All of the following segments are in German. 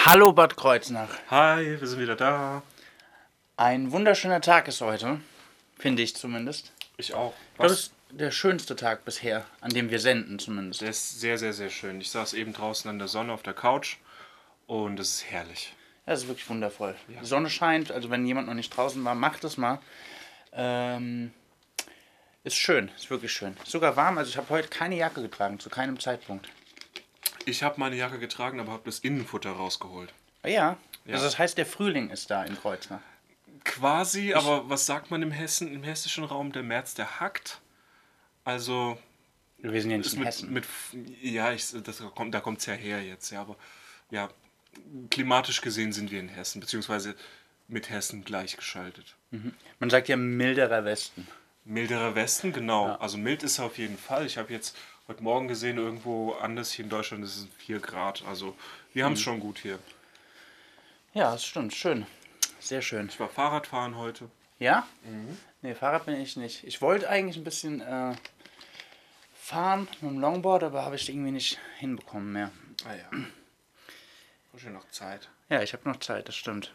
Hallo Bad Kreuznach. Hi, wir sind wieder da. Ein wunderschöner Tag ist heute, finde ich zumindest. Ich auch. Ich glaube, es ist der schönste Tag bisher, an dem wir senden zumindest. Der ist sehr, sehr, sehr schön. Ich saß eben draußen an der Sonne auf der Couch und es ist herrlich. Ja, es ist wirklich wundervoll. Ja. Die Sonne scheint, also wenn jemand noch nicht draußen war, macht es mal. Ist schön, ist wirklich schön. Ist sogar warm, also ich habe heute keine Jacke getragen, zu keinem Zeitpunkt. Ich habe meine Jacke getragen, aber habe das Innenfutter rausgeholt. Ah ja, also das heißt, der Frühling ist da in Kreuznach. Quasi, aber was sagt man im hessischen Raum? Der März, der hackt. Also... Wir sind ja nicht in Hessen. Da kommt es ja her jetzt, ja, aber ja, klimatisch gesehen sind wir in Hessen, beziehungsweise mit Hessen gleichgeschaltet. Mhm. Man sagt ja milderer Westen. Milderer Westen, genau. Ja. Also mild ist er auf jeden Fall. Ich habe jetzt heute Morgen gesehen, irgendwo anders hier in Deutschland ist es 4 Grad. Also wir haben es schon gut hier. Ja, das stimmt. Schön. Sehr schön. Ich war Fahrradfahren heute. Ja? Mhm. Nee, Fahrrad bin ich nicht. Ich wollte eigentlich ein bisschen fahren mit dem Longboard, aber habe ich irgendwie nicht hinbekommen mehr. Ah ja. Du hast ja noch Zeit. Ja, ich habe noch Zeit, das stimmt.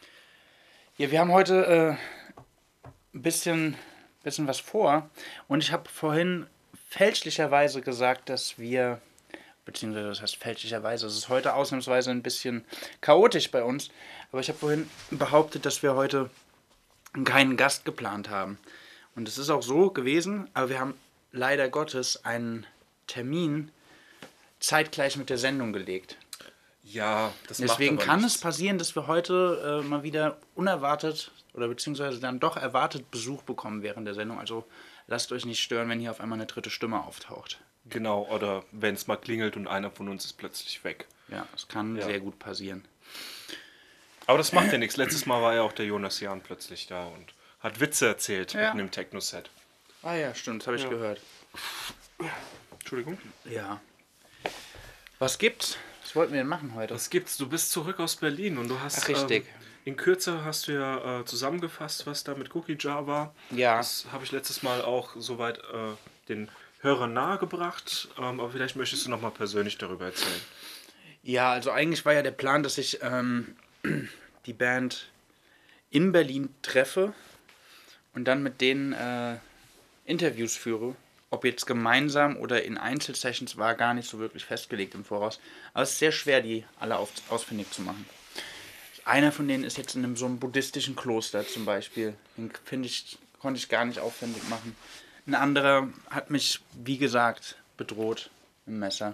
Ja, wir haben heute ein bisschen was vor und ich habe vorhin fälschlicherweise gesagt, dass wir, beziehungsweise das heißt fälschlicherweise, es ist heute ausnahmsweise ein bisschen chaotisch bei uns, aber ich habe vorhin behauptet, dass wir heute keinen Gast geplant haben. Und es ist auch so gewesen, aber wir haben leider Gottes einen Termin zeitgleich mit der Sendung gelegt. Ja, das Deswegen macht aber kann nichts. es passieren, dass wir heute mal wieder unerwartet oder beziehungsweise dann doch erwartet Besuch bekommen während der Sendung. Also lasst euch nicht stören, wenn hier auf einmal eine dritte Stimme auftaucht. Genau, oder wenn es mal klingelt und einer von uns ist plötzlich weg. Ja, das kann sehr gut passieren. Aber das macht ja nichts. Letztes Mal war ja auch der Jonas Jahn plötzlich da und hat Witze erzählt mitten im Techno-Set. Ah ja, stimmt, das habe ich gehört. Entschuldigung. Ja. Was gibt's? Was wollten wir denn machen heute? Was gibt's? Du bist zurück aus Berlin und du hast... Ach, richtig. In Kürze hast du ja zusammengefasst, was da mit Cookie Jar war. Ja. Das habe ich letztes Mal auch soweit den Hörern nahegebracht. Aber vielleicht möchtest du nochmal persönlich darüber erzählen. Ja, also eigentlich war ja der Plan, dass ich die Band in Berlin treffe und dann mit denen Interviews führe. Ob jetzt gemeinsam oder in Einzelsessions war gar nicht so wirklich festgelegt im Voraus. Aber es ist sehr schwer, die alle ausfindig zu machen. Einer von denen ist jetzt in so einem buddhistischen Kloster zum Beispiel. Den konnte ich gar nicht aufwendig machen. Ein anderer hat mich, wie gesagt, bedroht mit dem Messer.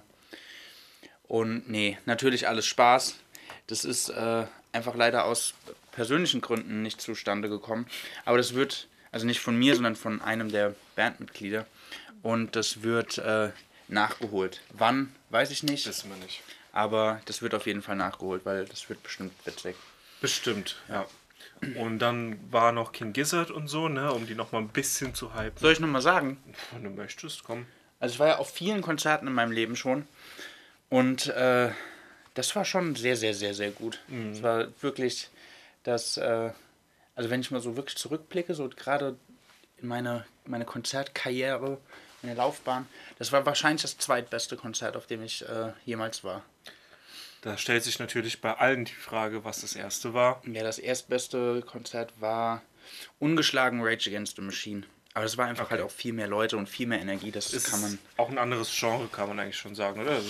Und nee, natürlich alles Spaß. Das ist einfach leider aus persönlichen Gründen nicht zustande gekommen. Aber das wird, also nicht von mir, sondern von einem der Bandmitglieder. Und das wird nachgeholt. Wann, weiß ich nicht. Wissen wir nicht. Aber das wird auf jeden Fall nachgeholt, weil das wird bestimmt witzig. Bestimmt, ja. Und dann war noch King Gizzard und so, ne, um die nochmal ein bisschen zu hypen. Soll ich nochmal sagen? Wenn du möchtest, komm. Also ich war ja auf vielen Konzerten in meinem Leben schon. Und das war schon sehr, sehr, sehr, sehr gut. Es war wirklich das, also wenn ich mal so wirklich zurückblicke, so gerade in meine Konzertkarriere, meine Laufbahn, das war wahrscheinlich das zweitbeste Konzert, auf dem ich jemals war. Da stellt sich natürlich bei allen die Frage, was das erste war. Ja, das erstbeste Konzert war ungeschlagen Rage Against the Machine. Aber es war einfach halt auch viel mehr Leute und viel mehr Energie, das Ist kann man... auch ein anderes Genre, kann man eigentlich schon sagen, oder? Also,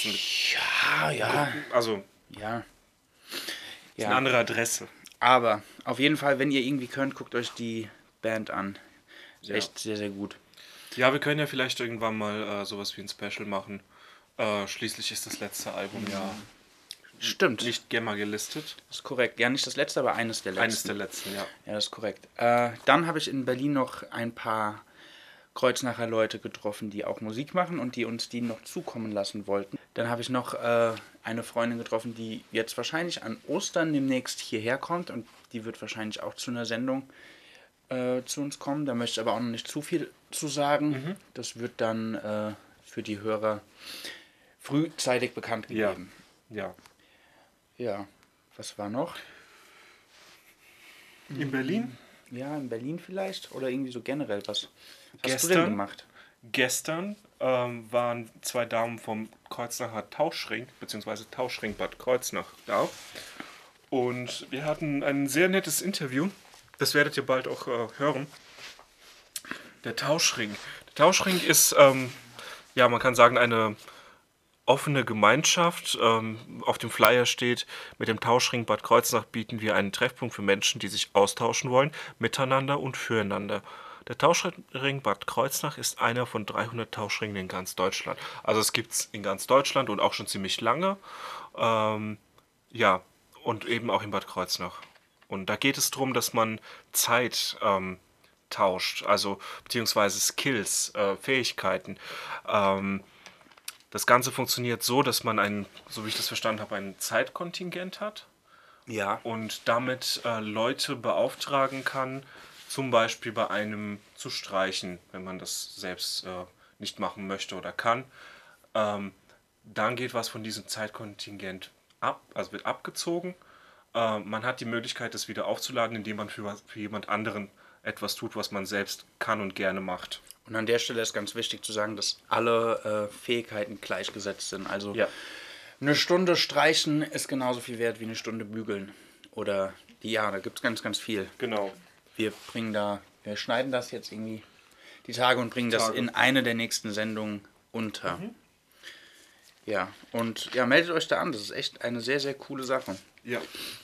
Ja. also Ja. ist eine andere Adresse. Aber auf jeden Fall, wenn ihr irgendwie könnt, guckt euch die Band an. Ist echt sehr, sehr gut. Ja, wir können ja vielleicht irgendwann mal sowas wie ein Special machen. Schließlich ist das letzte Album ja Stimmt. nicht GEMA gelistet. Das ist korrekt. Ja, nicht das letzte, aber eines der letzten. Eines der letzten, ja. Ja, das ist korrekt. Dann habe ich in Berlin noch ein paar Kreuznacher Leute getroffen, die auch Musik machen und die uns die noch zukommen lassen wollten. Dann habe ich noch eine Freundin getroffen, die jetzt wahrscheinlich an Ostern demnächst hierher kommt und die wird wahrscheinlich auch zu einer Sendung zu uns kommen. Da möchte ich aber auch noch nicht zu viel zu sagen. Das wird dann für die Hörer frühzeitig bekannt gegeben. Ja. Ja, was war noch? In Berlin? Ja, in Berlin vielleicht oder irgendwie so generell was. Was hast du Gestern? denn gemacht? Gestern waren 2 Damen vom Kreuznacher Tauschring, beziehungsweise Tauschring Bad Kreuznach da. Und wir hatten ein sehr nettes Interview. Das werdet ihr bald auch hören. Der Tauschring. Der Tauschring ist, ja, man kann sagen, eine offene Gemeinschaft. Auf dem Flyer steht, mit dem Tauschring Bad Kreuznach bieten wir einen Treffpunkt für Menschen, die sich austauschen wollen, miteinander und füreinander. Der Tauschring Bad Kreuznach ist einer von 300 Tauschringen in ganz Deutschland. Also es gibt es in ganz Deutschland und auch schon ziemlich lange. Ja, und eben auch in Bad Kreuznach. Und da geht es darum, dass man Zeit tauscht, also beziehungsweise Skills, Fähigkeiten. Das Ganze funktioniert so, dass man so wie ich das verstanden habe, ein Zeitkontingent hat Ja. und damit Leute beauftragen kann, zum Beispiel bei einem zu streichen, wenn man das selbst nicht machen möchte oder kann. Dann geht was von diesem Zeitkontingent ab, also wird abgezogen. Man hat die Möglichkeit, das wieder aufzuladen, indem man für jemand anderen etwas tut, was man selbst kann und gerne macht. Und an der Stelle ist ganz wichtig zu sagen, dass alle Fähigkeiten gleichgesetzt sind. Also Ja. eine Stunde streichen ist genauso viel wert wie eine Stunde bügeln. Oder ja, da gibt es ganz, ganz viel. Genau. Wir schneiden das jetzt irgendwie die Tage und bringen das in eine der nächsten Sendungen unter. Ja, und ja, meldet euch da an. Das ist echt eine sehr, sehr coole Sache. Ja.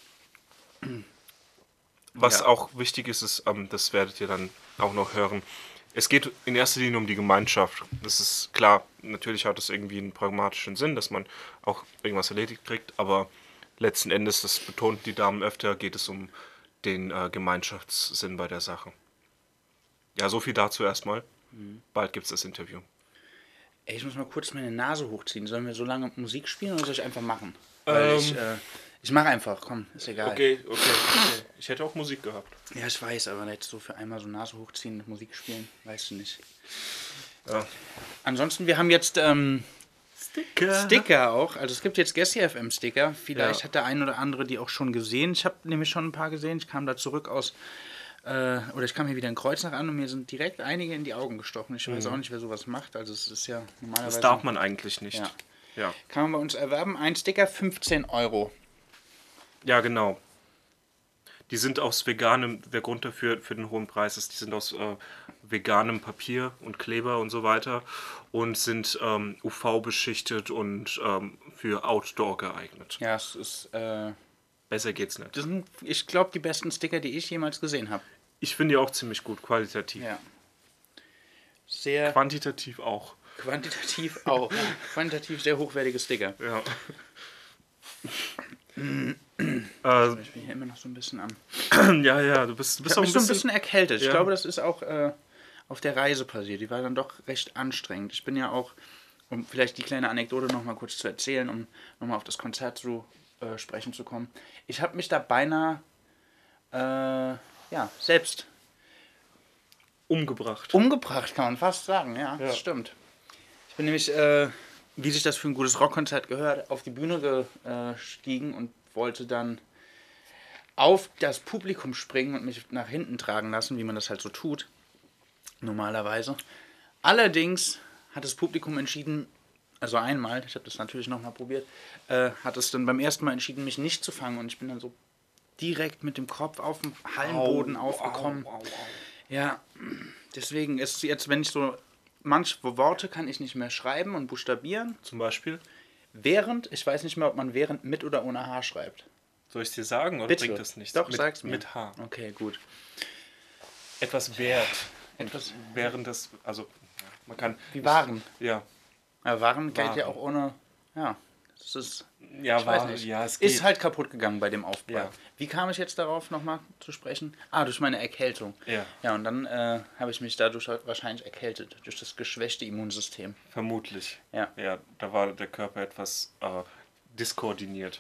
Was Ja. auch wichtig ist, das werdet ihr dann auch noch hören. Es geht in erster Linie um die Gemeinschaft. Das ist klar, natürlich hat es irgendwie einen pragmatischen Sinn, dass man auch irgendwas erledigt kriegt, aber letzten Endes, das betont die Damen öfter, geht es um den Gemeinschaftssinn bei der Sache. Ja, so viel dazu erstmal. Bald gibt es das Interview. Ey, ich muss mal kurz meine Nase hochziehen. Sollen wir so lange Musik spielen oder soll ich einfach machen? Weil ich mache einfach, komm, ist egal. Okay. Ich hätte auch Musik gehabt. Ja, ich weiß, aber jetzt so für einmal so Nase hochziehen und Musik spielen, weißt du nicht. Ja. Ansonsten, wir haben jetzt Sticker auch. Also es gibt jetzt FM Sticker. Vielleicht hat der ein oder andere die auch schon gesehen. Ich habe nämlich schon ein paar gesehen. Ich kam da zurück ich kam hier wieder in Kreuznach an und mir sind direkt einige in die Augen gestochen. Ich weiß auch nicht, wer sowas macht. Also es ist ja normalerweise... Das darf man eigentlich nicht. Ja. Ja, Kann man bei uns erwerben. Ein Sticker, 15 Euro. ja genau. Die sind aus veganem, der Grund dafür für den hohen Preis ist, die sind aus veganem Papier und Kleber und so weiter und sind UV-beschichtet und für Outdoor geeignet. Ja, es ist... Besser geht's nicht. das sind, ich glaube, die besten Sticker, die ich jemals gesehen habe. Ich finde die auch ziemlich gut, qualitativ. Ja. Sehr Quantitativ auch. quantitativ auch. Quantitativ sehr hochwertige Sticker. Ja. Ich bin hier immer noch so ein bisschen am... Ja, du bist Ich auch habe mich so ein bisschen erkältet. Ich Ja. glaube, das ist auch auf der Reise passiert. Die war dann doch recht anstrengend. Ich bin ja auch, um vielleicht die kleine Anekdote noch mal kurz zu erzählen, um nochmal auf das Konzert zu sprechen zu kommen. Ich habe mich da beinahe selbst umgebracht. umgebracht, kann man fast sagen. Ja, das stimmt. Ich bin nämlich, wie sich das für ein gutes Rockkonzert gehört, auf die Bühne gestiegen und wollte dann auf das Publikum springen und mich nach hinten tragen lassen, wie man das halt so tut, normalerweise. Allerdings hat das Publikum entschieden, also einmal, ich habe das natürlich nochmal probiert, hat es dann beim ersten Mal entschieden, mich nicht zu fangen und ich bin dann so direkt mit dem Kopf auf dem Hallenboden aufgekommen. Au. Ja, deswegen ist jetzt, wenn ich so, manche Worte kann ich nicht mehr schreiben und buchstabieren. Zum Beispiel. Ich weiß nicht mehr, ob man während mit oder ohne H schreibt. Soll ich es dir sagen oder Bitte. bringt das nichts? Doch, sag's mir. Mit H. Okay, gut. Etwas wert. Etwas Während das, also man kann... wie Waren. Ja. Ja, Waren geht ja Waren. auch ohne, ja, das ist, Ja, ich weiß nicht. Ja, es geht. Ist halt kaputt gegangen bei dem Aufbau. Ja. Wie kam ich jetzt darauf nochmal zu sprechen? Durch meine Erkältung. Ja. Ja, und dann habe ich mich dadurch wahrscheinlich erkältet, durch das geschwächte Immunsystem. Vermutlich. Ja. Ja, da war der Körper etwas diskoordiniert.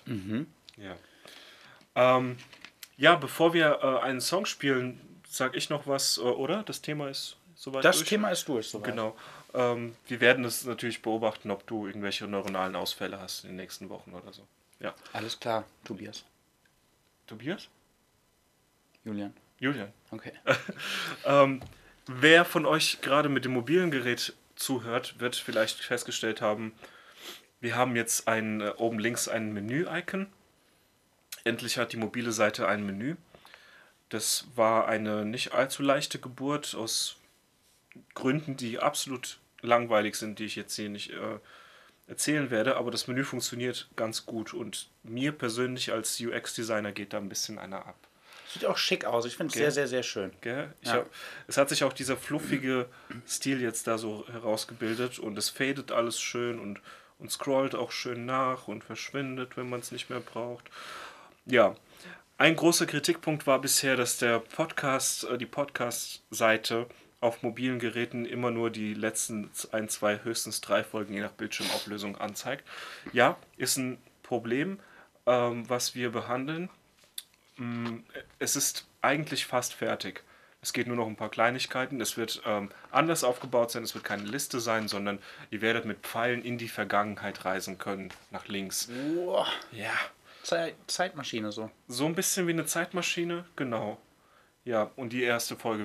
Ja, bevor wir einen Song spielen, sag ich noch was, oder? Das Thema ist soweit Das durch? Thema ist durch, soweit. Genau. Wir werden es natürlich beobachten, ob du irgendwelche neuronalen Ausfälle hast in den nächsten Wochen oder so. Ja. Alles klar, Tobias. Tobias? Julian. Julian. Okay. Wer von euch gerade mit dem mobilen Gerät zuhört, wird vielleicht festgestellt haben, wir haben jetzt oben links ein Menü-Icon. Endlich hat die mobile Seite ein Menü. Das war eine nicht allzu leichte Geburt aus Gründen, die absolut langweilig sind, die ich jetzt hier nicht erzählen werde, aber das Menü funktioniert ganz gut und mir persönlich als UX-Designer geht da ein bisschen einer ab. Sieht auch schick aus. Ich finde es sehr, sehr, sehr schön. Es hat sich auch dieser fluffige Stil jetzt da so herausgebildet und es fadet alles schön und scrollt auch schön nach und verschwindet, wenn man es nicht mehr braucht. Ja, ein großer Kritikpunkt war bisher, dass die Podcast-Seite auf mobilen Geräten immer nur die letzten 1, 2, höchstens 3 Folgen je nach Bildschirmauflösung anzeigt. Ja, ist ein Problem, was wir behandeln. Es ist eigentlich fast fertig. Es geht nur noch um ein paar Kleinigkeiten. Es wird anders aufgebaut sein. Es wird keine Liste sein, sondern ihr werdet mit Pfeilen in die Vergangenheit reisen können, nach links. Wow. Ja. Zeitmaschine so. So ein bisschen wie eine Zeitmaschine, genau. Ja, und die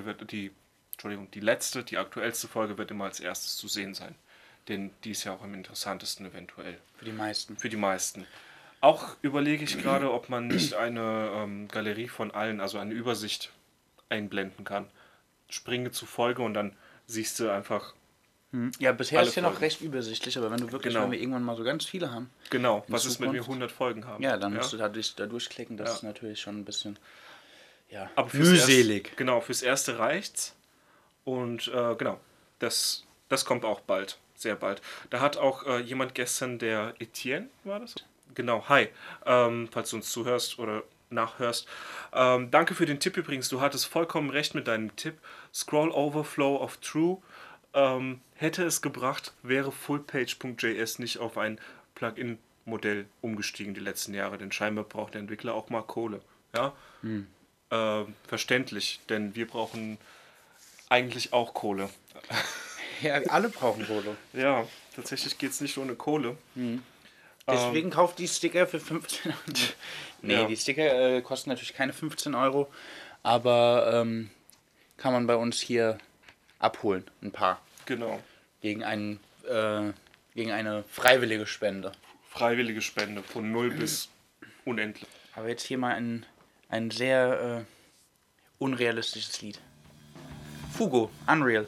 aktuellste Folge wird immer als erstes zu sehen sein. Denn die ist ja auch am interessantesten eventuell. Für die meisten. Für die meisten. Auch überlege ich gerade, ob man nicht eine Galerie von allen, also eine Übersicht einblenden kann. Springe zu Folge und dann siehst du einfach. Ja, bisher ist ja noch Folgen. recht übersichtlich, aber wenn du wirklich, Genau. wenn wir irgendwann mal so ganz viele haben. Genau, in was ist, wenn wir Zukunft? 100 Folgen haben? Ja, dann musst du da durchklicken, das Ja. ist natürlich schon ein bisschen Aber mühselig. Fürs Erste reicht's. Und genau, das kommt auch bald, sehr bald. Da hat auch jemand gestern, der Etienne, war das? Genau, hi, falls du uns zuhörst oder nachhörst. Danke für den Tipp übrigens, du hattest vollkommen recht mit deinem Tipp. Scroll Overflow of True hätte es gebracht, wäre Fullpage.js nicht auf ein Plugin-Modell umgestiegen die letzten Jahre, denn scheinbar braucht der Entwickler auch mal Kohle. Ja? Verständlich, denn wir brauchen eigentlich auch Kohle. Ja, alle brauchen Kohle. Ja, tatsächlich geht es nicht ohne Kohle. Deswegen kauft die Sticker für 15 Euro. Nee, Ja. die Sticker kosten natürlich keine 15 Euro, aber kann man bei uns hier abholen, ein paar. Genau. Gegen eine freiwillige Spende. Freiwillige Spende von 0 bis unendlich. Aber jetzt hier mal ein sehr unrealistisches Lied. Fugo, Unreal.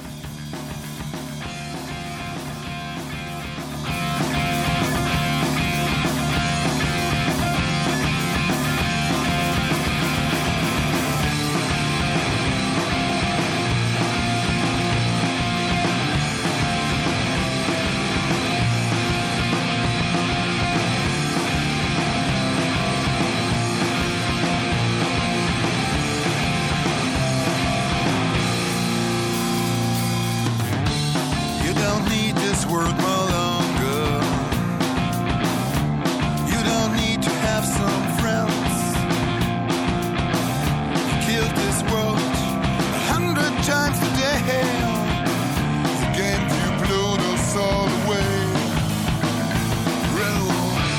You don't need this world no longer. You don't need to have some friends. You killed this world 100 times today. You came to blow us all away. Rebel.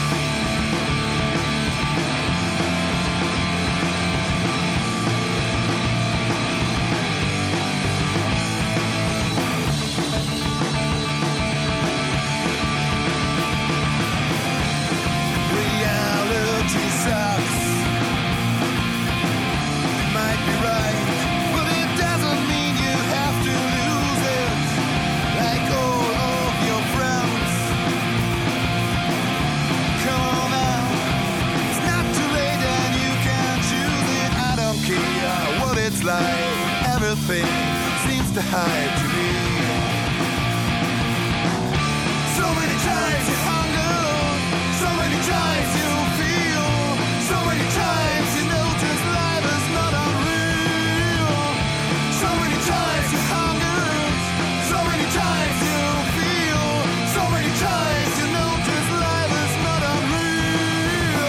Reality sucks. You might be right, but it doesn't mean you have to lose it. Like all of your friends. Come on now, it's not too late and you can choose it. I don't care what it's like. Everything seems to hide to me. So many times you hunger, so many times you feel, so many times you notice life is not unreal. So many times you hunger, so many times you feel, so many times you notice life is not unreal.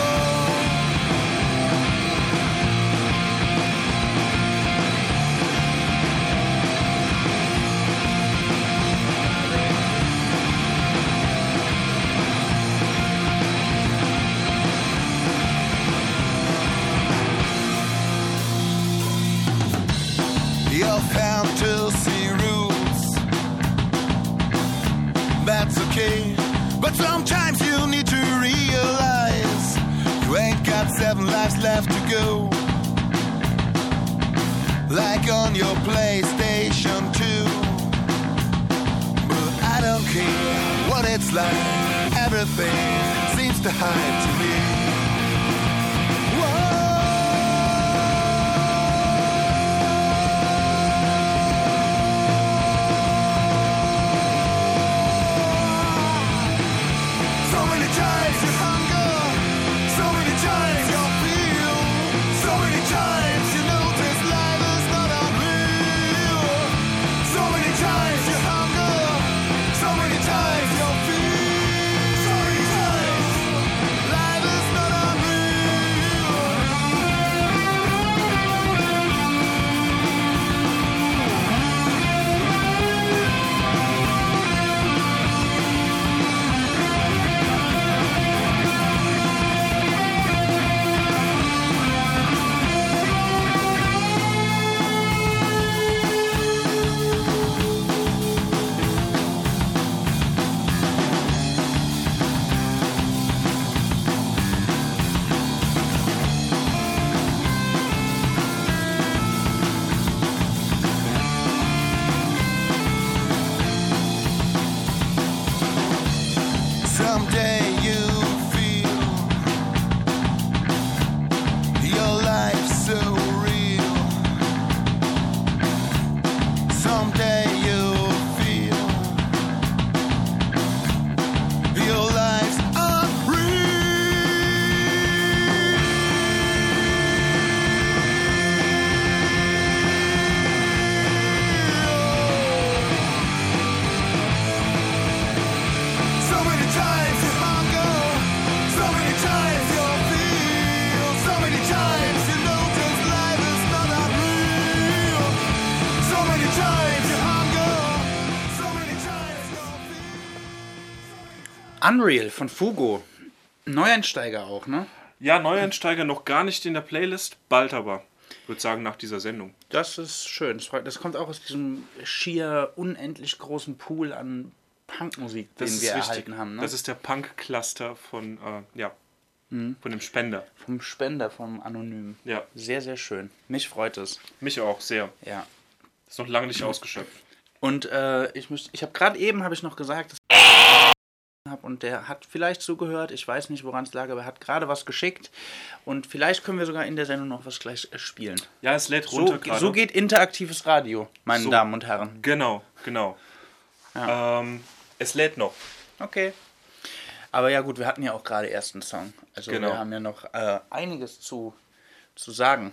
okay. But sometimes you need to realize you ain't got 7 lives left to go. Like on your PlayStation 2. But I don't care what it's like. Everything seems to hide to me. So many times you hunger, so many times you feel, so many times you notice life is not unreal. So many times you hunger, so many times you feel, so many times life is not someday you feel your life so real. Someday you feel your life's so many times you hunger, so many times you feel, so many times you notice life is not unreal. So many times you hunger, so many times you feel. Unreal von Fugo. Neueinsteiger auch, ne? Ja, Neueinsteiger noch gar nicht in der Playlist, bald aber. Ich würde sagen, nach dieser Sendung. Das ist schön. Das kommt auch aus diesem schier unendlich großen Pool an Punkmusik, Das den ist wir richtig. erhalten haben. Ne? Das ist der Punk-Cluster von dem Spender. Vom Spender, vom Anonym. Ja, Sehr, sehr schön. Mich freut es. mich auch sehr. Ja. Ist noch lange nicht ausgeschöpft. Und ich habe gerade eben noch gesagt, dass und der hat vielleicht zugehört, ich weiß nicht, woran es lag, aber er hat gerade was geschickt und vielleicht können wir sogar in der Sendung noch was gleich spielen. Ja, es lädt runter gerade. So geht interaktives Radio, meine So. Damen und Herren. Genau. Es lädt noch. Okay. Aber ja gut, wir hatten ja auch gerade erst einen Song. Also Genau. wir haben ja noch einiges zu sagen.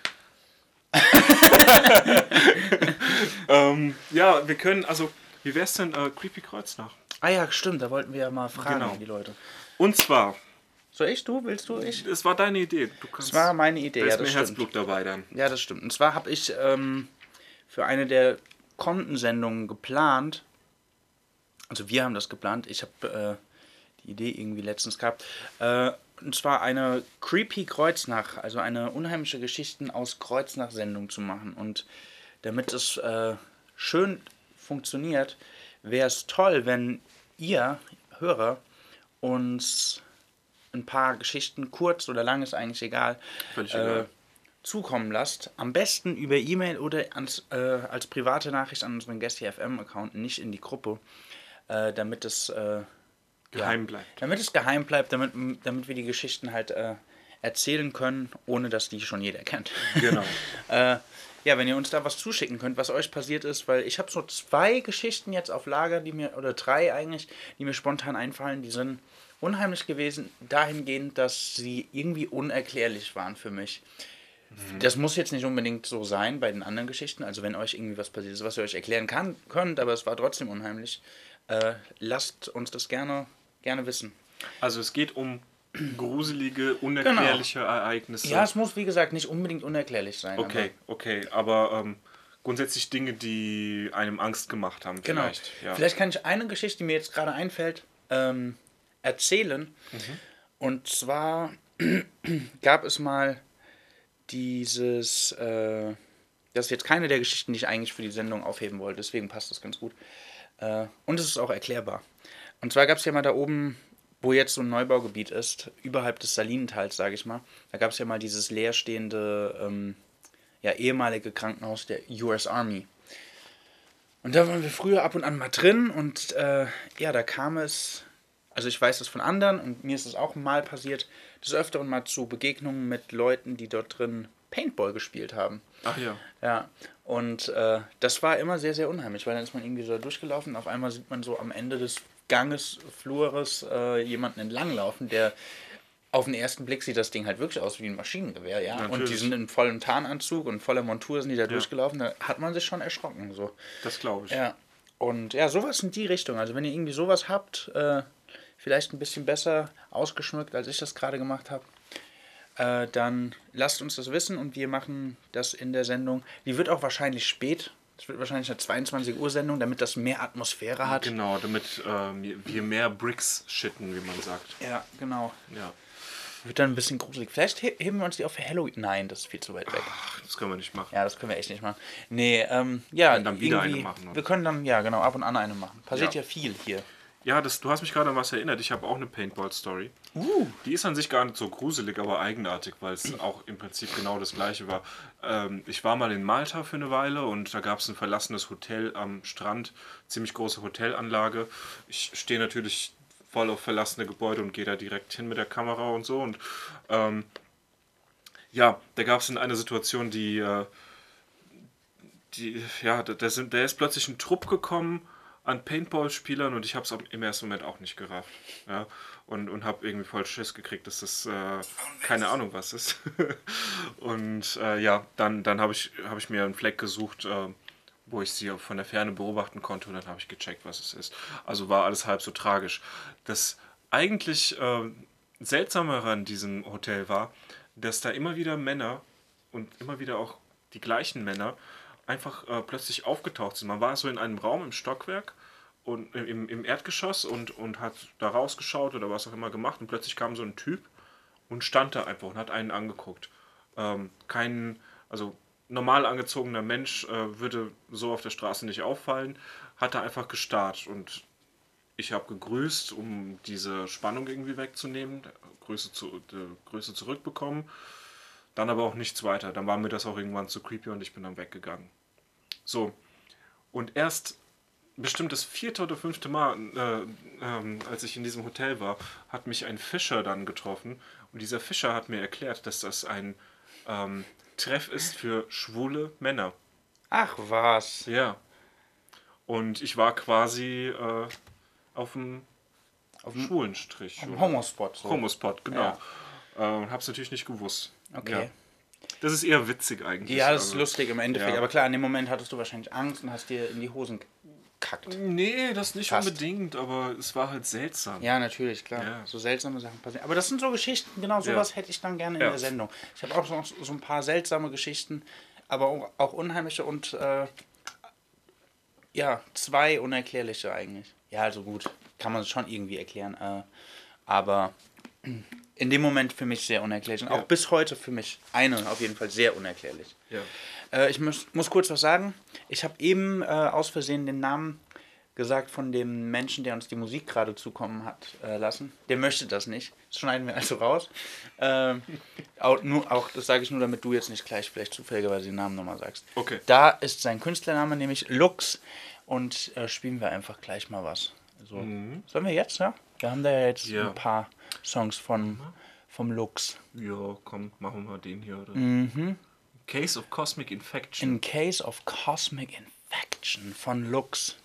Ja, wir können, also, wie wär's denn Creepy Kreuznach? Ah ja, stimmt, da wollten wir ja mal fragen, Genau. die Leute. Und zwar, Soll ich, du? Willst du? Ich? es war deine Idee. Du kannst, Das war meine Idee, da ja, ist das mir stimmt. Herzblut dabei dann. Ja, das stimmt. Und zwar habe ich für eine der Kontensendungen geplant, also wir haben das geplant, ich habe die Idee irgendwie letztens gehabt, und zwar eine Creepy Kreuznach, also eine unheimliche Geschichten aus Kreuznach-Sendung zu machen. Und damit es schön funktioniert, wäre es toll, wenn ihr, Hörer, uns ein paar Geschichten, kurz oder lang, ist eigentlich egal, Völlig egal. zukommen lasst. Am besten über E-Mail oder als private Nachricht an unseren GuestFM-Account, nicht in die Gruppe, damit es Geheim bleibt. Damit es geheim bleibt, damit wir die Geschichten halt erzählen können, ohne dass die schon jeder kennt. Genau. Ja, wenn ihr uns da was zuschicken könnt, was euch passiert ist, weil ich habe so 2 Geschichten jetzt auf Lager, oder 3 eigentlich, die mir spontan einfallen, die sind unheimlich gewesen, dahingehend, dass sie irgendwie unerklärlich waren für mich. Das muss jetzt nicht unbedingt so sein bei den anderen Geschichten, also wenn euch irgendwie was passiert ist, was ihr euch erklären könnt, aber es war trotzdem unheimlich, lasst uns das gerne wissen. Also es geht um gruselige, unerklärliche Ereignisse. Ja, es muss wie gesagt nicht unbedingt unerklärlich sein. Okay, aber grundsätzlich Dinge, die einem Angst gemacht haben Genau. vielleicht. Ja. Vielleicht kann ich eine Geschichte, die mir jetzt gerade einfällt, erzählen. Und zwar gab es mal dieses, das ist jetzt keine der Geschichten, die ich eigentlich für die Sendung aufheben wollte, deswegen passt das ganz gut. Und es ist auch erklärbar. Und zwar gab es ja mal da oben, wo jetzt so ein Neubaugebiet ist, überhalb des Salinentals, sage ich mal, da gab es ja mal dieses leerstehende, ehemalige Krankenhaus der US Army. Und da waren wir früher ab und an mal drin und da kam es, also ich weiß das von anderen und mir ist es auch mal passiert, des Öfteren mal zu Begegnungen mit Leuten, die dort drin Paintball gespielt haben. Ach ja. Ja, und das war immer sehr, sehr unheimlich, weil dann ist man irgendwie so da durchgelaufen und auf einmal sieht man so am Ende des Ganges, Flures jemanden entlanglaufen, der auf den ersten Blick sieht das Ding halt wirklich aus wie ein Maschinengewehr, ja. Natürlich. Und die sind in vollem Tarnanzug und voller Montur sind die da durchgelaufen, da hat man sich schon erschrocken, so. Das glaube ich. Ja, und ja, sowas in die Richtung, also wenn ihr irgendwie sowas habt, vielleicht ein bisschen besser ausgeschmückt, als ich das gerade gemacht habe, dann lasst uns das wissen und wir machen das in der Sendung. Die wird auch wahrscheinlich spät. Es wird wahrscheinlich eine 22 Uhr Sendung, damit das mehr Atmosphäre hat. Genau, damit wir mehr Bricks shitten, wie man sagt. Ja, genau. Ja. Wird dann ein bisschen gruselig. Vielleicht heben wir uns die auf für Halloween. Nein, das ist viel zu weit weg. Ach, das können wir nicht machen. Ja, das können wir echt nicht machen. Nee, dann wieder eine machen, oder? Wir können dann, ja genau, ab und an eine machen. Passiert ja viel hier. Ja, du hast mich gerade an was erinnert. Ich habe auch eine Paintball-Story. Die ist an sich gar nicht so gruselig, aber eigenartig, weil es auch im Prinzip genau das Gleiche war. Ich war mal in Malta für eine Weile und da gab es ein verlassenes Hotel am Strand. Ziemlich große Hotelanlage. Ich stehe natürlich voll auf verlassene Gebäude und gehe da direkt hin mit der Kamera und so. Und da gab es in einer Situation, der ist plötzlich ein Trupp gekommen an Paintball-Spielern und ich habe es im ersten Moment auch nicht gerafft. Ja? Und habe irgendwie voll Schiss gekriegt, dass das keine Ahnung was ist. Und dann habe ich mir einen Fleck gesucht, wo ich sie von der Ferne beobachten konnte und dann habe ich gecheckt, was es ist. Also war alles halb so tragisch. Das eigentlich Seltsamere an diesem Hotel war, dass da immer wieder Männer und immer wieder auch die gleichen Männer einfach plötzlich aufgetaucht sind. Man war so in einem Raum im Stockwerk und im Erdgeschoss und hat da rausgeschaut oder was auch immer gemacht und plötzlich kam so ein Typ und stand da einfach und hat einen angeguckt. Also normal angezogener Mensch würde so auf der Straße nicht auffallen, hat da einfach gestarrt und ich habe gegrüßt, um diese Spannung irgendwie wegzunehmen, Grüße zurückbekommen. Dann aber auch nichts weiter. Dann war mir das auch irgendwann zu creepy und ich bin dann weggegangen. So. Und erst bestimmt das 4. oder 5. Mal, als ich in diesem Hotel war, hat mich ein Fischer dann getroffen. Und dieser Fischer hat mir erklärt, dass das ein Treff ist für schwule Männer. Ach was. Ja. Und ich war quasi auf dem schwulen Strich. Auf dem Homospot. So. Homospot, genau. Ja. Und hab's natürlich nicht gewusst. Okay. Ja. Das ist eher witzig eigentlich. Ja, das ist also, lustig im Endeffekt. ja. Aber klar, in dem Moment hattest du wahrscheinlich Angst und hast dir in die Hosen gekackt. Nee, das nicht Fast. Unbedingt, aber es war halt seltsam. Ja, natürlich, klar. Ja. So seltsame Sachen passieren. Aber das sind so Geschichten, genau sowas hätte ich dann gerne in Ja. der Sendung. Ich habe auch so ein paar seltsame Geschichten, aber auch unheimliche und 2 unerklärliche eigentlich. Ja, also gut, kann man es schon irgendwie erklären. Aber in dem Moment für mich sehr unerklärlich. Und auch bis heute für mich eine auf jeden Fall sehr unerklärlich. Ja. Ich muss kurz was sagen. Ich habe eben aus Versehen den Namen gesagt von dem Menschen, der uns die Musik gerade zukommen hat lassen. Der möchte das nicht. Das schneiden wir also raus. Auch das sage ich nur, damit du jetzt nicht gleich vielleicht zufälligerweise den Namen nochmal sagst. Okay. Da ist sein Künstlername, nämlich Lux. Und spielen wir einfach gleich mal was. Also, Sollen wir jetzt, ja? Wir haben da ja jetzt ein paar Songs vom Lux. Ja, komm, machen wir mal den hier, oder? Case of Cosmic Infection. In Case of Cosmic Infection von Lux.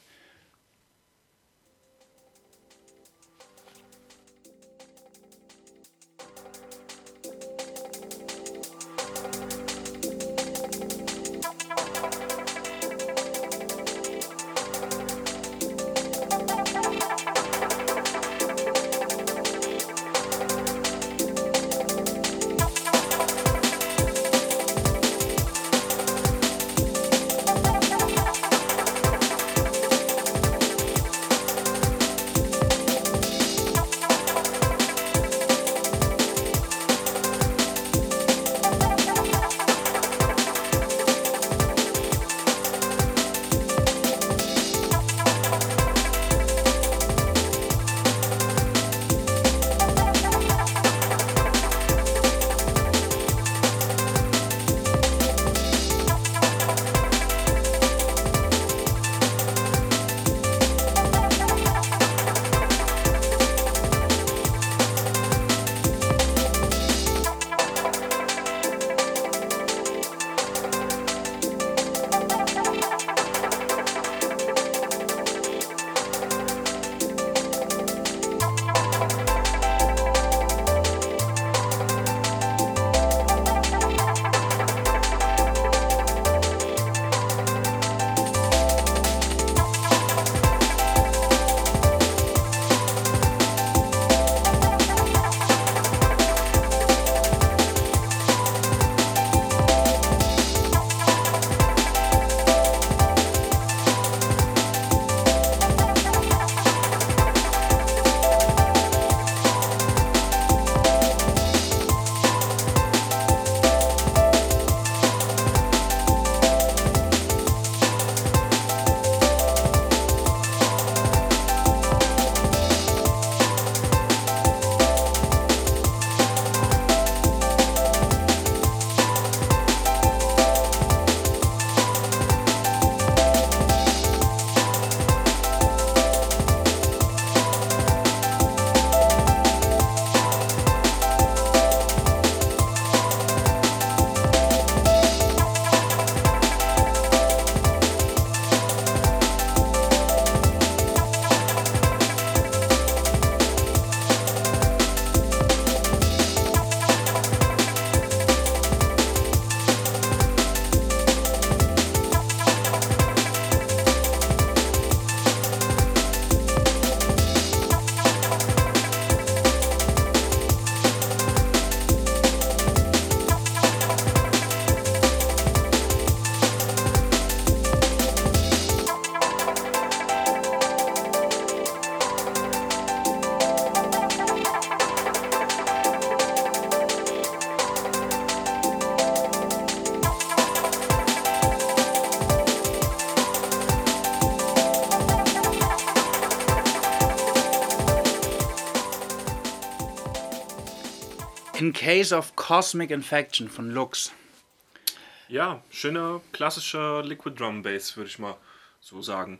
In Case of Cosmic Infection von Lux. Ja, schöner, klassischer Liquid Drum Bass, würde ich mal so sagen.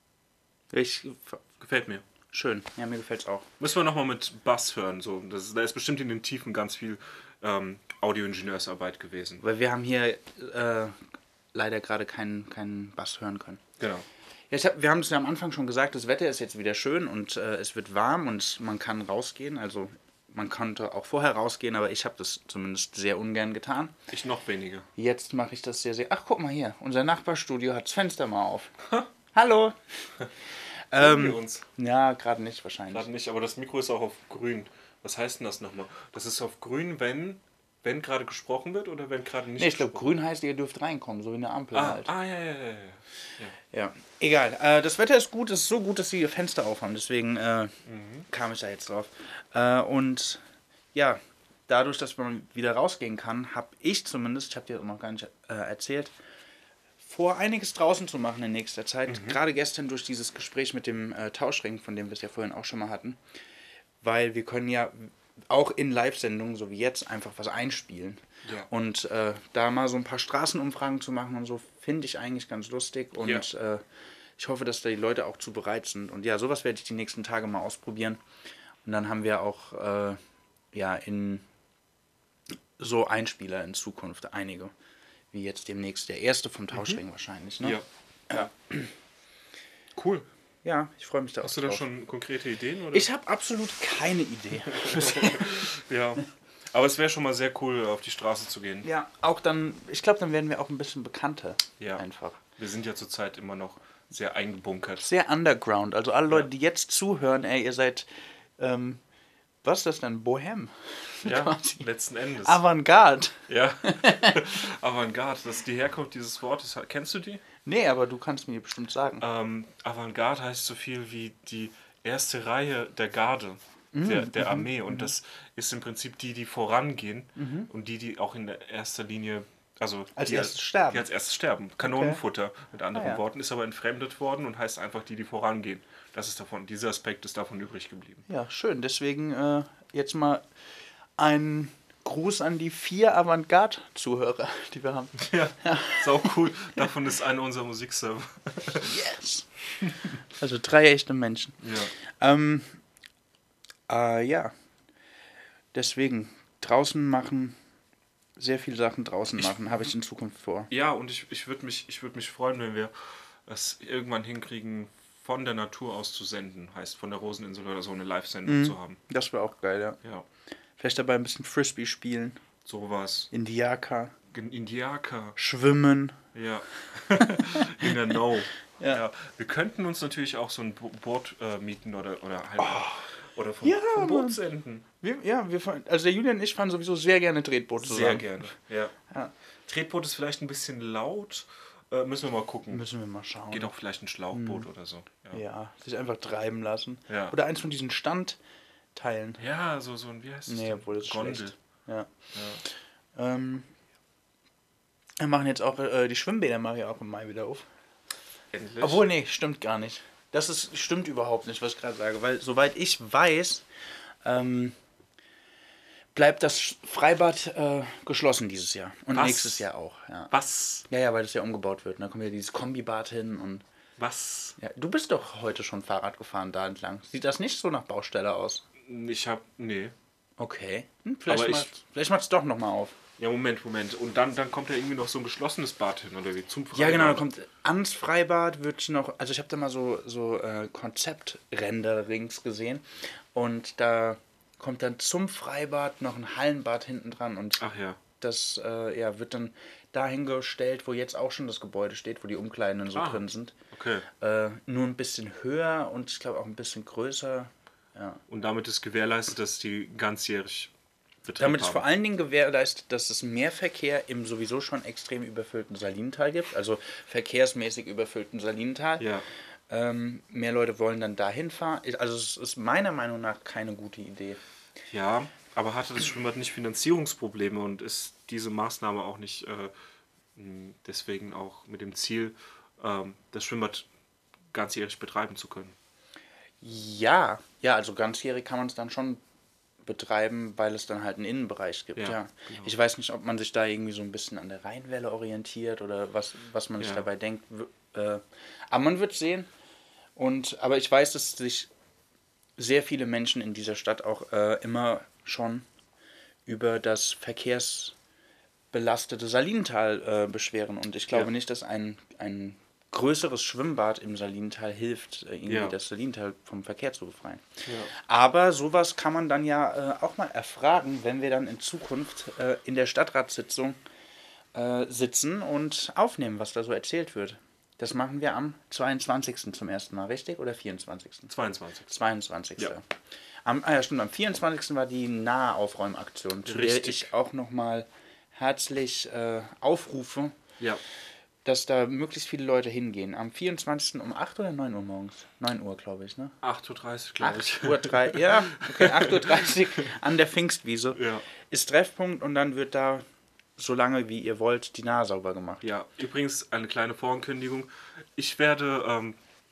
Gefällt mir. Schön, ja, mir gefällt's auch. Müssen wir nochmal mit Bass hören. So. Da ist bestimmt in den Tiefen ganz viel Audioingenieursarbeit gewesen. Weil wir haben hier leider gerade keinen Bass hören können. Genau. Ja, wir haben es ja am Anfang schon gesagt, das Wetter ist jetzt wieder schön und es wird warm und man kann rausgehen. Also man konnte auch vorher rausgehen, aber ich habe das zumindest sehr ungern getan. Ich noch weniger. Jetzt mache ich das sehr, sehr... Ach, guck mal hier, unser Nachbarstudio hat das Fenster mal auf. Hallo! Hören wir uns? Ja, gerade nicht wahrscheinlich. Gerade nicht, aber das Mikro ist auch auf grün. Was heißt denn das nochmal? Das ist auf grün, wenn gerade gesprochen wird oder wenn gerade nicht Nee, ich glaube, gesprochen grün heißt, ihr dürft reinkommen, so wie eine Ampel wird? halt. Ja. Ja, egal. Das Wetter ist gut, es ist so gut, dass sie ihr Fenster aufhaben, deswegen kam ich da jetzt drauf. Und ja, dadurch, dass man wieder rausgehen kann, habe ich zumindest, ich habe dir noch gar nicht erzählt, vor, einiges draußen zu machen in nächster Zeit. Gerade gestern durch dieses Gespräch mit dem Tauschring, von dem wir es ja vorhin auch schon mal hatten. Weil wir können ja auch in Live-Sendungen, so wie jetzt, einfach was einspielen. Ja. Und da mal so ein paar Straßenumfragen zu machen und so, finde ich eigentlich ganz lustig. Und ich hoffe, dass da die Leute auch zu bereit sind. Und ja, sowas werde ich die nächsten Tage mal ausprobieren. Und dann haben wir auch in so Einspieler in Zukunft einige. Wie jetzt demnächst der erste vom Tauschring wahrscheinlich. Ne? Ja. Cool. Ja, ich freue mich da auch Hast du da drauf. schon konkrete Ideen? Oder? Ich habe absolut keine Idee. Ja. Aber es wäre schon mal sehr cool, auf die Straße zu gehen. Ja, auch dann, ich glaube, dann werden wir auch ein bisschen bekannter. Ja. Einfach. Wir sind ja zurzeit immer noch sehr eingebunkert. Sehr underground. Also alle Leute, die jetzt zuhören, ey, ihr seid, was ist das denn? Bohem? Ja, Quasi. letzten Endes. Avantgarde. Ja. Avantgarde, das ist die Herkunft dieses Wortes. Kennst du die? Nee, aber du kannst mir bestimmt sagen. Avantgarde heißt so viel wie die erste Reihe der Garde, der Armee. Und das ist im Prinzip die vorangehen und die auch in der erster Linie, also Als die erstes sterben. Die als erstes sterben. Kanonenfutter, mit anderen Worten, ist aber entfremdet worden und heißt einfach die vorangehen. Das ist davon, dieser Aspekt ist davon übrig geblieben. Ja, schön. Deswegen jetzt mal ein Gruß an die 4 Avantgarde-Zuhörer, die wir haben. Ja, sau cool. Davon ist einer unserer Musikserver. Yes! Also 3 echte Menschen. Ja. Ja. Deswegen draußen machen, sehr viele Sachen draußen machen, habe ich in Zukunft vor. Ja, und ich würd mich freuen, wenn wir es irgendwann hinkriegen, von der Natur aus zu senden. Heißt, von der Roseninsel oder so eine Live-Sendung zu haben. Das wäre auch geil, ja. Ja, Vielleicht dabei ein bisschen Frisbee spielen, sowas. Indiaka, Indiaka. schwimmen. Ja. In der No. Ja. Wir könnten uns natürlich auch so ein Boot mieten oder halt oder vom Mann. Boot senden. Also der Julian und ich fahren sowieso sehr gerne Tretboot zusammen. Sehr gerne. Ja. Ja. Tretboot ist vielleicht ein bisschen laut. Müssen wir mal gucken. Müssen wir mal schauen. Geht auch vielleicht ein Schlauchboot oder so. Ja, sich einfach treiben lassen. Ja. Oder eins von diesen Standteilen. Ja, so ein, wie heißt es? Nee, denn? obwohl das ist Gondel. schlecht. Ja. Wir machen jetzt auch, die Schwimmbäder mache ich auch im Mai wieder auf. Endlich. Obwohl, nee, stimmt gar nicht. Stimmt überhaupt nicht, was ich gerade sage. Weil, soweit ich weiß, bleibt das Freibad geschlossen dieses Jahr. Und Was? nächstes Jahr auch. Ja. Was? Ja, weil das ja umgebaut wird. Da kommt ja dieses Kombibad hin und... Was? Ja, du bist doch heute schon Fahrrad gefahren da entlang. Sieht das nicht so nach Baustelle aus? Nee. Okay. Aber Vielleicht macht es doch nochmal auf. Ja, Moment. Und dann kommt ja irgendwie noch so ein geschlossenes Bad hin, oder wie? Zum Freibad. Ja, genau, da kommt ans Freibad wird noch, also ich habe da mal so Konzeptrenderings gesehen und da kommt dann zum Freibad noch ein Hallenbad hinten dran und Ach ja. das wird dann dahingestellt, wo jetzt auch schon das Gebäude steht, wo die Umkleiden so drin sind. Okay. Nur ein bisschen höher und ich glaube auch ein bisschen größer. Ja. Und damit ist gewährleistet, dass die ganzjährig Betrieb Damit ist haben. vor allen Dingen gewährleistet, dass es mehr Verkehr im sowieso schon extrem überfüllten Salinental gibt, also verkehrsmäßig überfüllten Salinental. Ja. Mehr Leute wollen dann dahin fahren. Also es ist meiner Meinung nach keine gute Idee. Ja, aber hatte das Schwimmbad nicht Finanzierungsprobleme und ist diese Maßnahme auch nicht deswegen auch mit dem Ziel, das Schwimmbad ganzjährig betreiben zu können? Ja, also ganzjährig kann man es dann schon betreiben, weil es dann halt einen Innenbereich gibt. Ja, Ja. genau. Ich weiß nicht, ob man sich da irgendwie so ein bisschen an der Rheinwelle orientiert oder was man sich Ja. dabei denkt. Aber man wird sehen. Aber ich weiß, dass sich sehr viele Menschen in dieser Stadt auch immer schon über das verkehrsbelastete Salinental beschweren. Und ich glaube Ja. nicht, dass ein größeres Schwimmbad im Salinental hilft, irgendwie Ja. das Salinental vom Verkehr zu befreien. Ja. Aber sowas kann man dann ja auch mal erfragen, wenn wir dann in Zukunft in der Stadtratssitzung sitzen und aufnehmen, was da so erzählt wird. Das machen wir am 22. zum ersten Mal, richtig? Oder 24.? 22. 22. Ja. Stimmt, am 24. war die Nahaufräumaktion, zu der Richtig. ich auch nochmal herzlich aufrufe, Ja. dass da möglichst viele Leute hingehen. Am 24. um 8 oder 9 Uhr morgens? 9 Uhr, glaube ich, ne? 8:30 Uhr, glaube ich. 8:03 Uhr, ja, okay, 8:30 Uhr an der Pfingstwiese Ja. ist Treffpunkt und dann wird da, so lange wie ihr wollt, die Nahe sauber gemacht. Ja, übrigens eine kleine Vorankündigung. Ich werde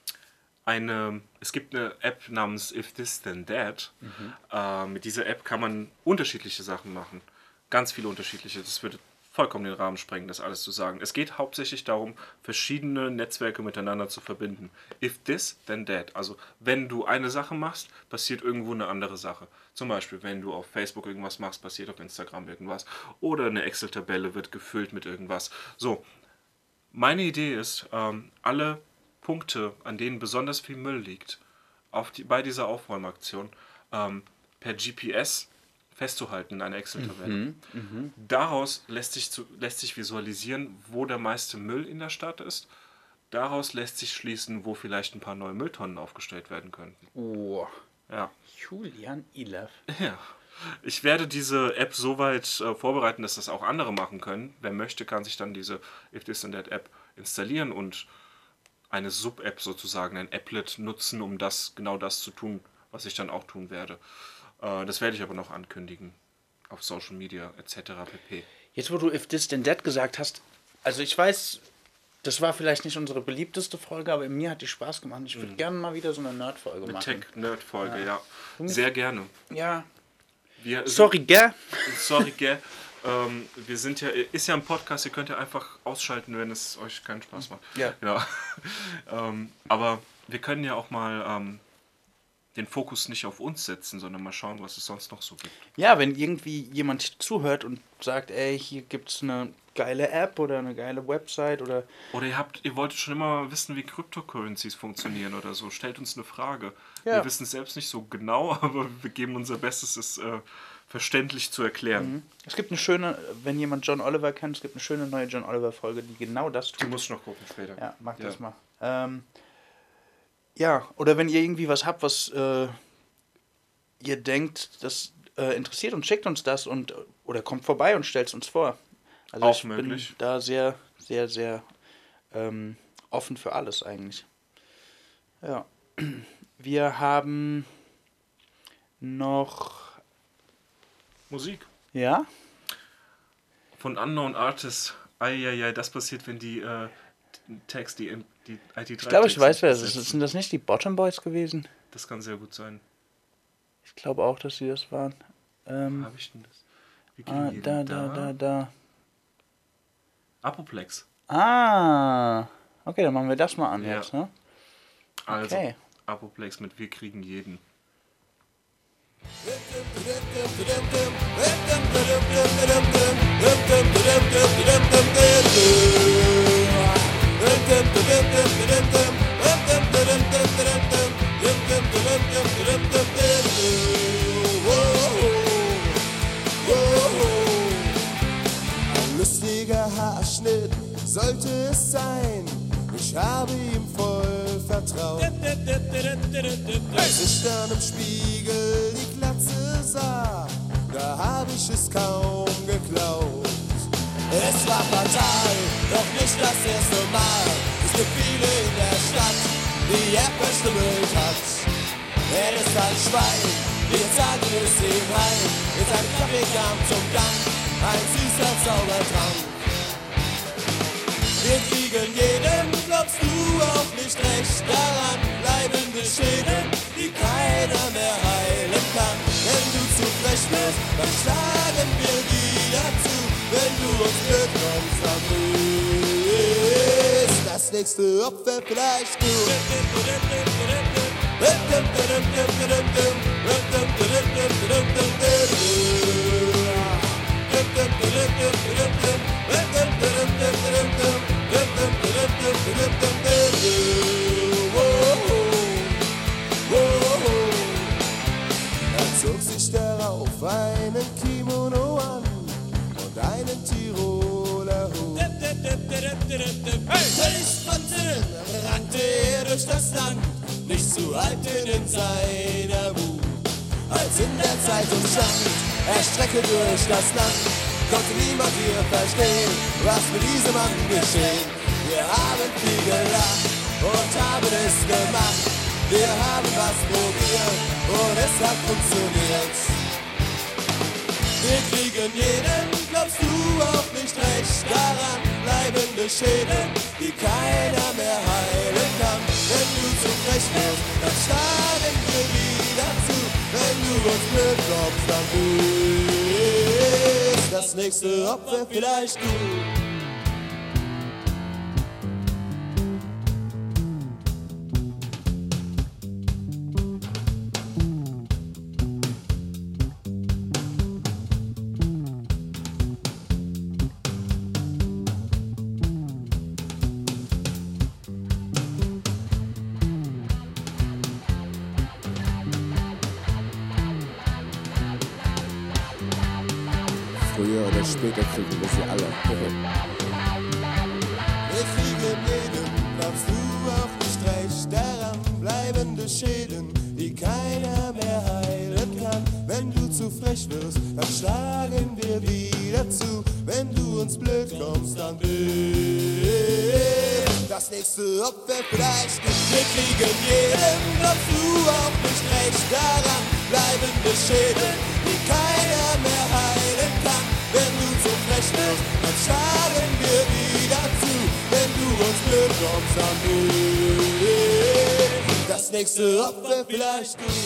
es gibt eine App namens If This Then That. Mit dieser App kann man unterschiedliche Sachen machen. Ganz viele unterschiedliche. Das würde vollkommen den Rahmen sprengen, das alles zu sagen. Es geht hauptsächlich darum, verschiedene Netzwerke miteinander zu verbinden. If this, then that. Also wenn du eine Sache machst, passiert irgendwo eine andere Sache. Zum Beispiel, wenn du auf Facebook irgendwas machst, passiert auf Instagram irgendwas. Oder eine Excel-Tabelle wird gefüllt mit irgendwas. So, meine Idee ist, alle Punkte, an denen besonders viel Müll liegt, bei dieser Aufräumaktion per GPS festzuhalten in einer Excel-Tabelle. Daraus lässt sich visualisieren, wo der meiste Müll in der Stadt ist. Daraus lässt sich schließen, wo vielleicht ein paar neue Mülltonnen aufgestellt werden könnten. Oh, Ja. Julian Ilef. Ja. Ich werde diese App so weit vorbereiten, dass das auch andere machen können. Wer möchte, kann sich dann diese If This and That App installieren und eine Sub-App sozusagen, ein Applet nutzen, um genau das zu tun, was ich dann auch tun werde. Das werde ich aber noch ankündigen auf Social Media etc. pp. Jetzt, wo du If This Then That gesagt hast, also ich weiß, das war vielleicht nicht unsere beliebteste Folge, aber mir hat die Spaß gemacht. Ich würde gerne mal wieder so eine Nerd-Folge machen. Tech-Nerd-Folge, ja. Sehr gerne. Ja. Wir Sorry, gell? Sorry, gell. Wir sind ja, ist ja ein Podcast, ihr könnt ja einfach ausschalten, wenn es euch keinen Spaß macht. Ja. Aber wir können ja auch mal den Fokus nicht auf uns setzen, sondern mal schauen, was es sonst noch so gibt. Ja, wenn irgendwie jemand zuhört und sagt, ey, hier gibt's eine geile App oder eine geile Website oder... Oder ihr wolltet schon immer wissen, wie Cryptocurrencies funktionieren oder so. Stellt uns eine Frage. Ja. Wir wissen es selbst nicht so genau, aber wir geben unser Bestes, es verständlich zu erklären. Es gibt eine schöne, wenn jemand John Oliver kennt, es gibt eine schöne neue John Oliver Folge, die genau das Die tut. muss ich noch gucken später. Ja, mach das mal. Ja, oder wenn ihr irgendwie was habt, was ihr denkt, das interessiert uns, schickt uns das oder kommt vorbei und stellt es uns vor. Also Auch ich möglich. bin da sehr, sehr, sehr offen für alles eigentlich. Ja. Wir haben noch... Musik. Ja? Von Unknown Artists. Eieiei, das passiert, wenn die Tags, die IT3 Ich glaube, ich weiß, wer das besetzen. ist. Sind das nicht die Bottom Boys gewesen? Das kann sehr gut sein. Ich glaube auch, dass sie das waren. Wo habe ich denn das? Wie kriegen die Da, denn da. Apoplex. Ah, okay, dann machen wir das mal an Ja. jetzt, ne? Also, Okay. Apoplex mit Wir kriegen jeden. Ein lustiger Haarschnitt sollte es sein. Ich habe ihm voll vertraut. Als ich dann im Spiegel die Glatze sah, da habe ich es kaum geglaubt. Es war fatal, doch nicht das erste Mal. Es gibt viele in der Stadt, die er verstümmelt hat. Er ist ein Schwein, wir sagen es ihm heim. Mit seinem Kaffee kam zum Dank ein süßer Zaubertrank. Wir kriegen jeden, glaubst du auch nicht recht daran? Bleibende Schäden, die keiner mehr heilen kann. Wenn du zu frech frech wirst, dann schlagen wir wieder zu. Wenn du uns bekommst, dann ist das nächste Opfer vielleicht du. Er zog sich darauf einen Kimono an und einen Tiroler Hut. Völlig verwirrt rannte er durch das Land, nicht zu halten in seiner Wut. Als in der Zeitung stand, er strecke durch das Land, konnte niemand hier verstehen, was mit diesem Mann geschehen. Wir haben viel gelacht und haben es gemacht. Wir haben was probiert und es hat funktioniert. Wir kriegen jeden, glaubst du auch nicht recht daran, bleibende Schäden, die keiner mehr heilen kann. Wenn du zu frech wirst, dann schlagen wir wieder zu. Wenn du uns bekommst, dann bist das nächste Opfer vielleicht du. Früher oder später kriegen wir sie alle. Wir kriegen jeden, glaubst du auch nicht recht daran, bleibende Schäden, die keiner mehr heilen kann. Wenn du zu frech wirst, dann schlagen wir wieder zu. Wenn du uns blöd kommst, dann bist das nächste Opfer vielleicht du. Wir kriegen jeden, glaubst du auch nicht recht daran, bleibende Schäden, die keiner mehr heilen kann. Wenn du zu frech wirst, dann schlagen wir wieder zu. Wenn du uns blöd kommst, dann bist das nächste Opfer vielleicht du.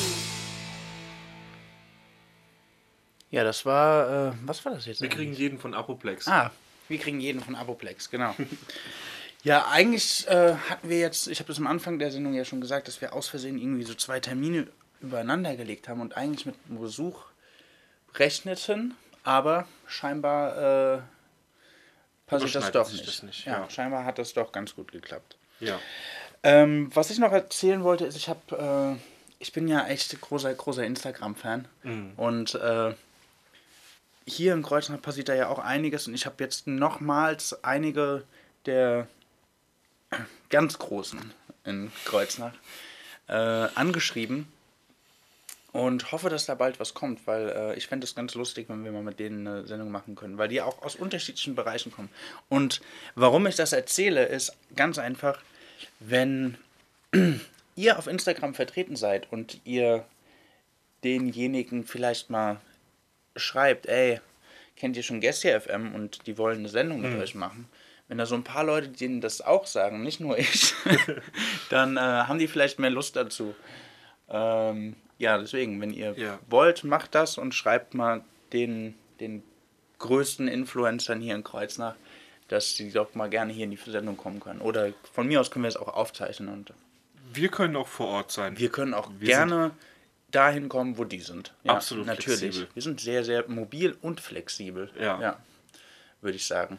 Ja, das war, was war das jetzt? Wir kriegen jeden von Apoplex. Wir kriegen jeden von Apoplex, genau. Ja, eigentlich hatten wir jetzt, ich habe das am Anfang der Sendung ja schon gesagt, dass wir aus Versehen irgendwie so 2 Termine übereinander gelegt haben und eigentlich mit einem Besuch rechneten, aber scheinbar passiert das doch nicht. Ja, scheinbar hat das doch ganz gut geklappt. Ja. Was ich noch erzählen wollte, ist, ich bin ja echt großer Instagram-Fan und hier in Kreuznach passiert da ja auch einiges und ich habe jetzt nochmals einige der ganz Großen in Kreuznach angeschrieben und hoffe, dass da bald was kommt, weil ich fände es ganz lustig, wenn wir mal mit denen eine Sendung machen können, weil die auch aus unterschiedlichen Bereichen kommen. Und warum ich das erzähle, ist ganz einfach, wenn ihr auf Instagram vertreten seid und ihr denjenigen vielleicht mal schreibt, ey, kennt ihr schon Gestia FM und die wollen eine Sendung mit euch machen, wenn da so ein paar Leute denen das auch sagen, nicht nur ich, dann haben die vielleicht mehr Lust dazu. Ja, deswegen, wenn ihr wollt, macht das und schreibt mal den größten Influencern hier in Kreuznach, dass sie doch mal gerne hier in die Sendung kommen können. Oder von mir aus können wir es auch aufzeichnen. Und wir können auch vor Ort sein. wir können auch gerne dahin kommen, wo die sind. Ja, absolut natürlich. flexibel. Wir sind sehr, sehr mobil und flexibel. Ja. Würde ich sagen.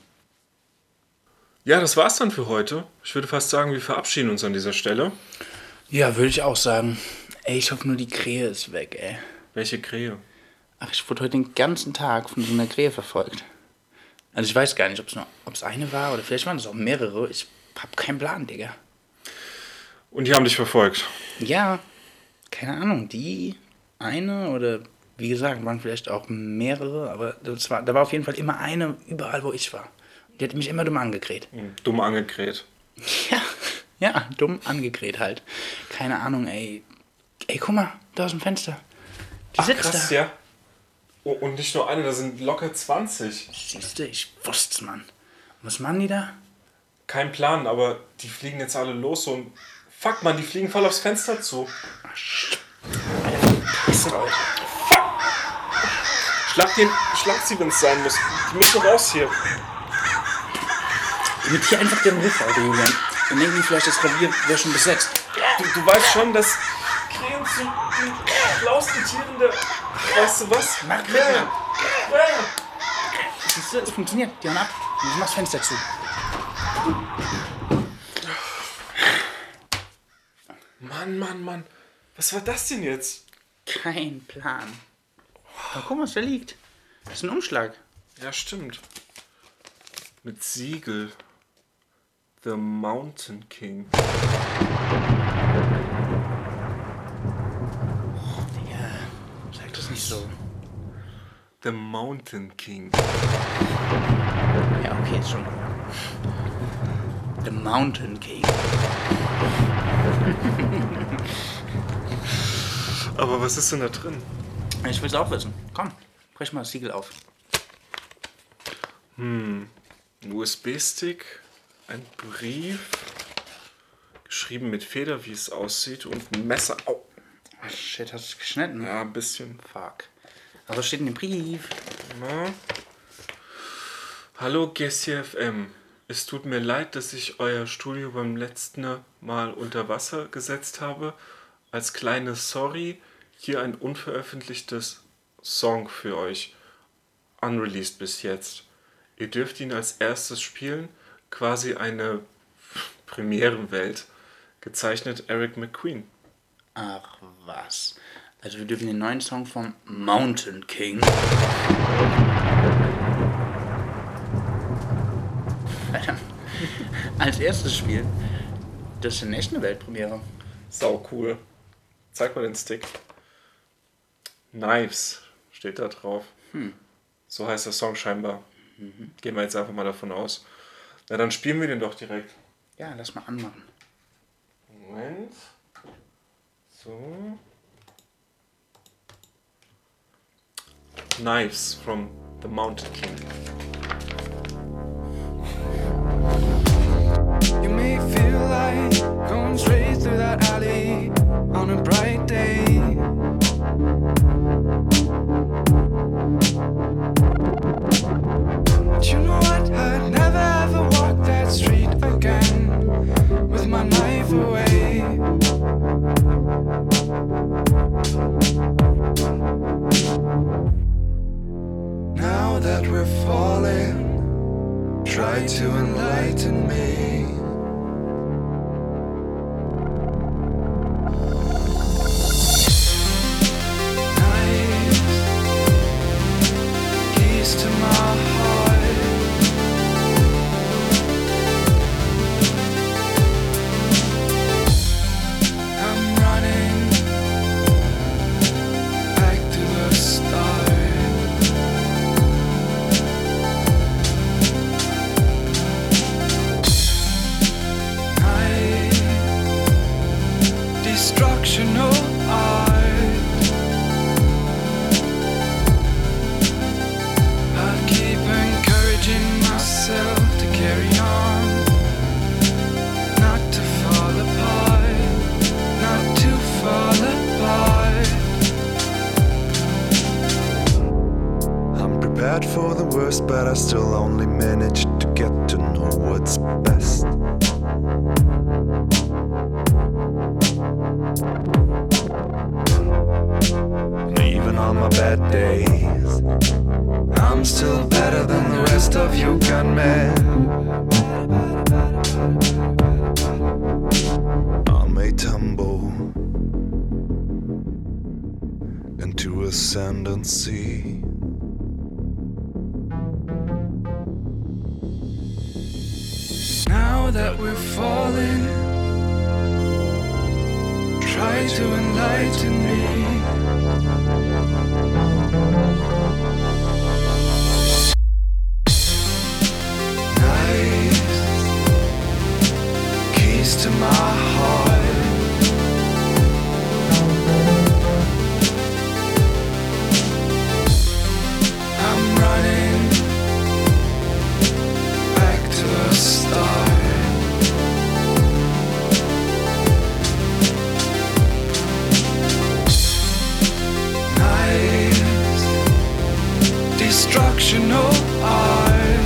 Ja, das war's dann für heute. Ich würde fast sagen, wir verabschieden uns an dieser Stelle. Ja, würde ich auch sagen. Ey, ich hoffe nur, die Krähe ist weg, ey. Welche Krähe? Ach, ich wurde heute den ganzen Tag von so einer Krähe verfolgt. Also ich weiß gar nicht, ob es eine war oder vielleicht waren es auch mehrere. Ich hab keinen Plan, Digga. Und die haben dich verfolgt? Ja, keine Ahnung, die eine oder wie gesagt, waren vielleicht auch mehrere, aber da war auf jeden Fall immer eine überall, wo ich war. Die hat mich immer dumm angekräht. Dumm angekräht. Ja, dumm angekräht halt. Keine Ahnung, ey. Ey, guck mal, da aus dem Fenster. Die sitzt krass, da. Ja. Oh, und nicht nur eine, da sind locker 20. Siehst du, ich wusste's, Mann. Was machen die da? Kein Plan, aber die fliegen jetzt alle los und... Fuck, Mann, die fliegen voll aufs Fenster zu. Alter, verpisst euch. Schlag sie, wenn es sein muss. Die müssen raus hier. Imitier einfach den Riff, Alter, Julian. Dann denken die vielleicht, das Revier wäre schon besetzt. Du weißt schon, dass Krähen zu den schlausten Tieren der... Weißt du was? Mach Siehst du, es funktioniert. Die hauen ab. Und du machst Fenster zu. Mann. Was war das denn jetzt? Kein Plan. Aber guck mal, was da liegt. Das ist ein Umschlag. Ja, stimmt. Mit Siegel. The Mountain King. Digga, sag das nicht so. The Mountain King. Ja, okay, ist schon. The Mountain King. Aber was ist denn da drin? Ich will es auch wissen. Komm, brech mal das Siegel auf. Ein USB-Stick, ein Brief, geschrieben mit Feder, wie es aussieht, und ein Messer. Au. Oh, shit, hast du es geschnitten? Ja, ein bisschen. Fuck. Aber was steht in dem Brief? Na? Hallo GCFM. Es tut mir leid, dass ich euer Studio beim letzten Mal unter Wasser gesetzt habe. Als kleines Sorry, hier ein unveröffentlichtes Song für euch. Unreleased bis jetzt. Ihr dürft ihn als erstes spielen. Quasi eine Premierenwelt. Gezeichnet Eric McQueen. Ach was. Also wir dürfen den neuen Song vom Mountain King. Alter, als erstes spielen. Das ist eine echte Weltpremiere. Sau cool. Zeig mal den Stick. Knives steht da drauf. So heißt der Song scheinbar. Gehen wir jetzt einfach mal davon aus. Na, dann spielen wir den doch direkt. Ja, lass mal anmachen. Moment. So. Knives from the Mountain King. You may feel like going straight through that alley on a bright day. But you know what? I'd never ever walk that street again with my knife away. Now that we're falling, try to enlighten me. Knives, keys to my heart. I'm running back to the start. Destructional art. I'll keep encouraging myself to carry on, not to fall apart, not to fall apart. I'm prepared for the worst, but I still only managed to get to know what's best. And even on my bad days, I'm still better than the rest of you gunmen. I may tumble into ascendancy. Now that we're falling, try to enlighten me. Knives, keys to my heart. I'm running back to the start. emotional art.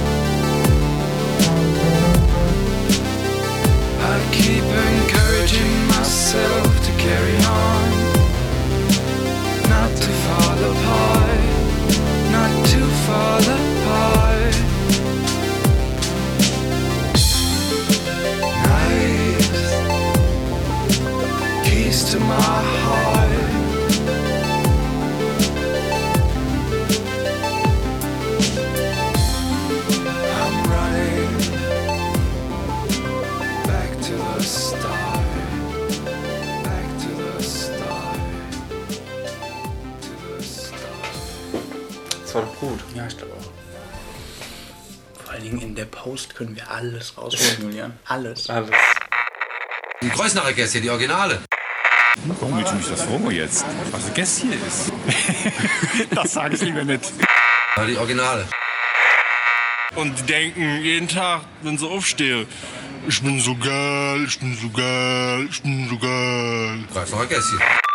I keep encouraging myself to carry on, not to fall apart, not to fall apart. Knives, keys to my heart. I'm running back to the start, back to the start, to the start. Das war doch gut. Ja, ich glaube auch. Vor allen Dingen in der Post können wir alles rausholen, Julian. Alles. Alles. Die Kreuznacher Gäste, die Originale. Warum willst du mich das fragen jetzt? Was ein Gäst hier ist? Das sage ich lieber nicht. Ja, die Originale. Und die denken jeden Tag, wenn sie aufstehen, ich bin so geil, ich bin so geil, ich bin so geil. Kreuznacher Gäste.